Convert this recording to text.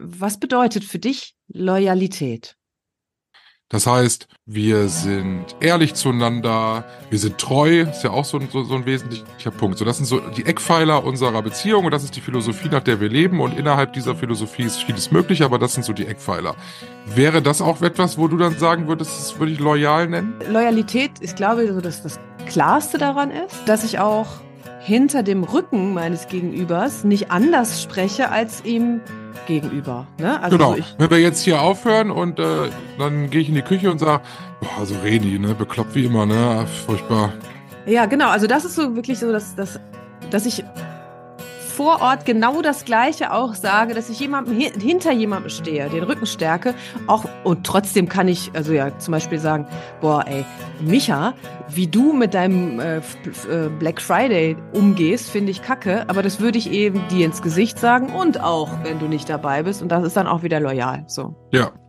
was bedeutet für dich Loyalität? Das heißt, wir sind ehrlich zueinander, wir sind treu, ist ja auch so ein wesentlicher Punkt. So, das sind so die Eckpfeiler unserer Beziehung und das ist die Philosophie, nach der wir leben und innerhalb dieser Philosophie ist vieles möglich, aber das sind so die Eckpfeiler. Wäre das auch etwas, wo du dann sagen würdest, das würde ich loyal nennen? Loyalität, ich glaube, so, dass das Klarste daran ist, dass ich auch hinter dem Rücken meines Gegenübers nicht anders spreche als ihm gegenüber. Ne? Also Genau. so Wenn wir jetzt hier aufhören und dann gehe ich in die Küche und sage, boah, so reden die, ne? Bekloppt wie immer, ne? Furchtbar. Ja, genau. Also das ist so wirklich so, dass ich vor Ort genau das Gleiche auch sage, dass ich hinter jemandem stehe, den Rücken stärke. Und trotzdem kann ich, also ja, zum Beispiel sagen, boah, ey, Micha, wie du mit deinem Black Friday umgehst, finde ich kacke. Aber das würde ich eben dir ins Gesicht sagen und auch, wenn du nicht dabei bist. Und das ist dann auch wieder loyal. So. Ja.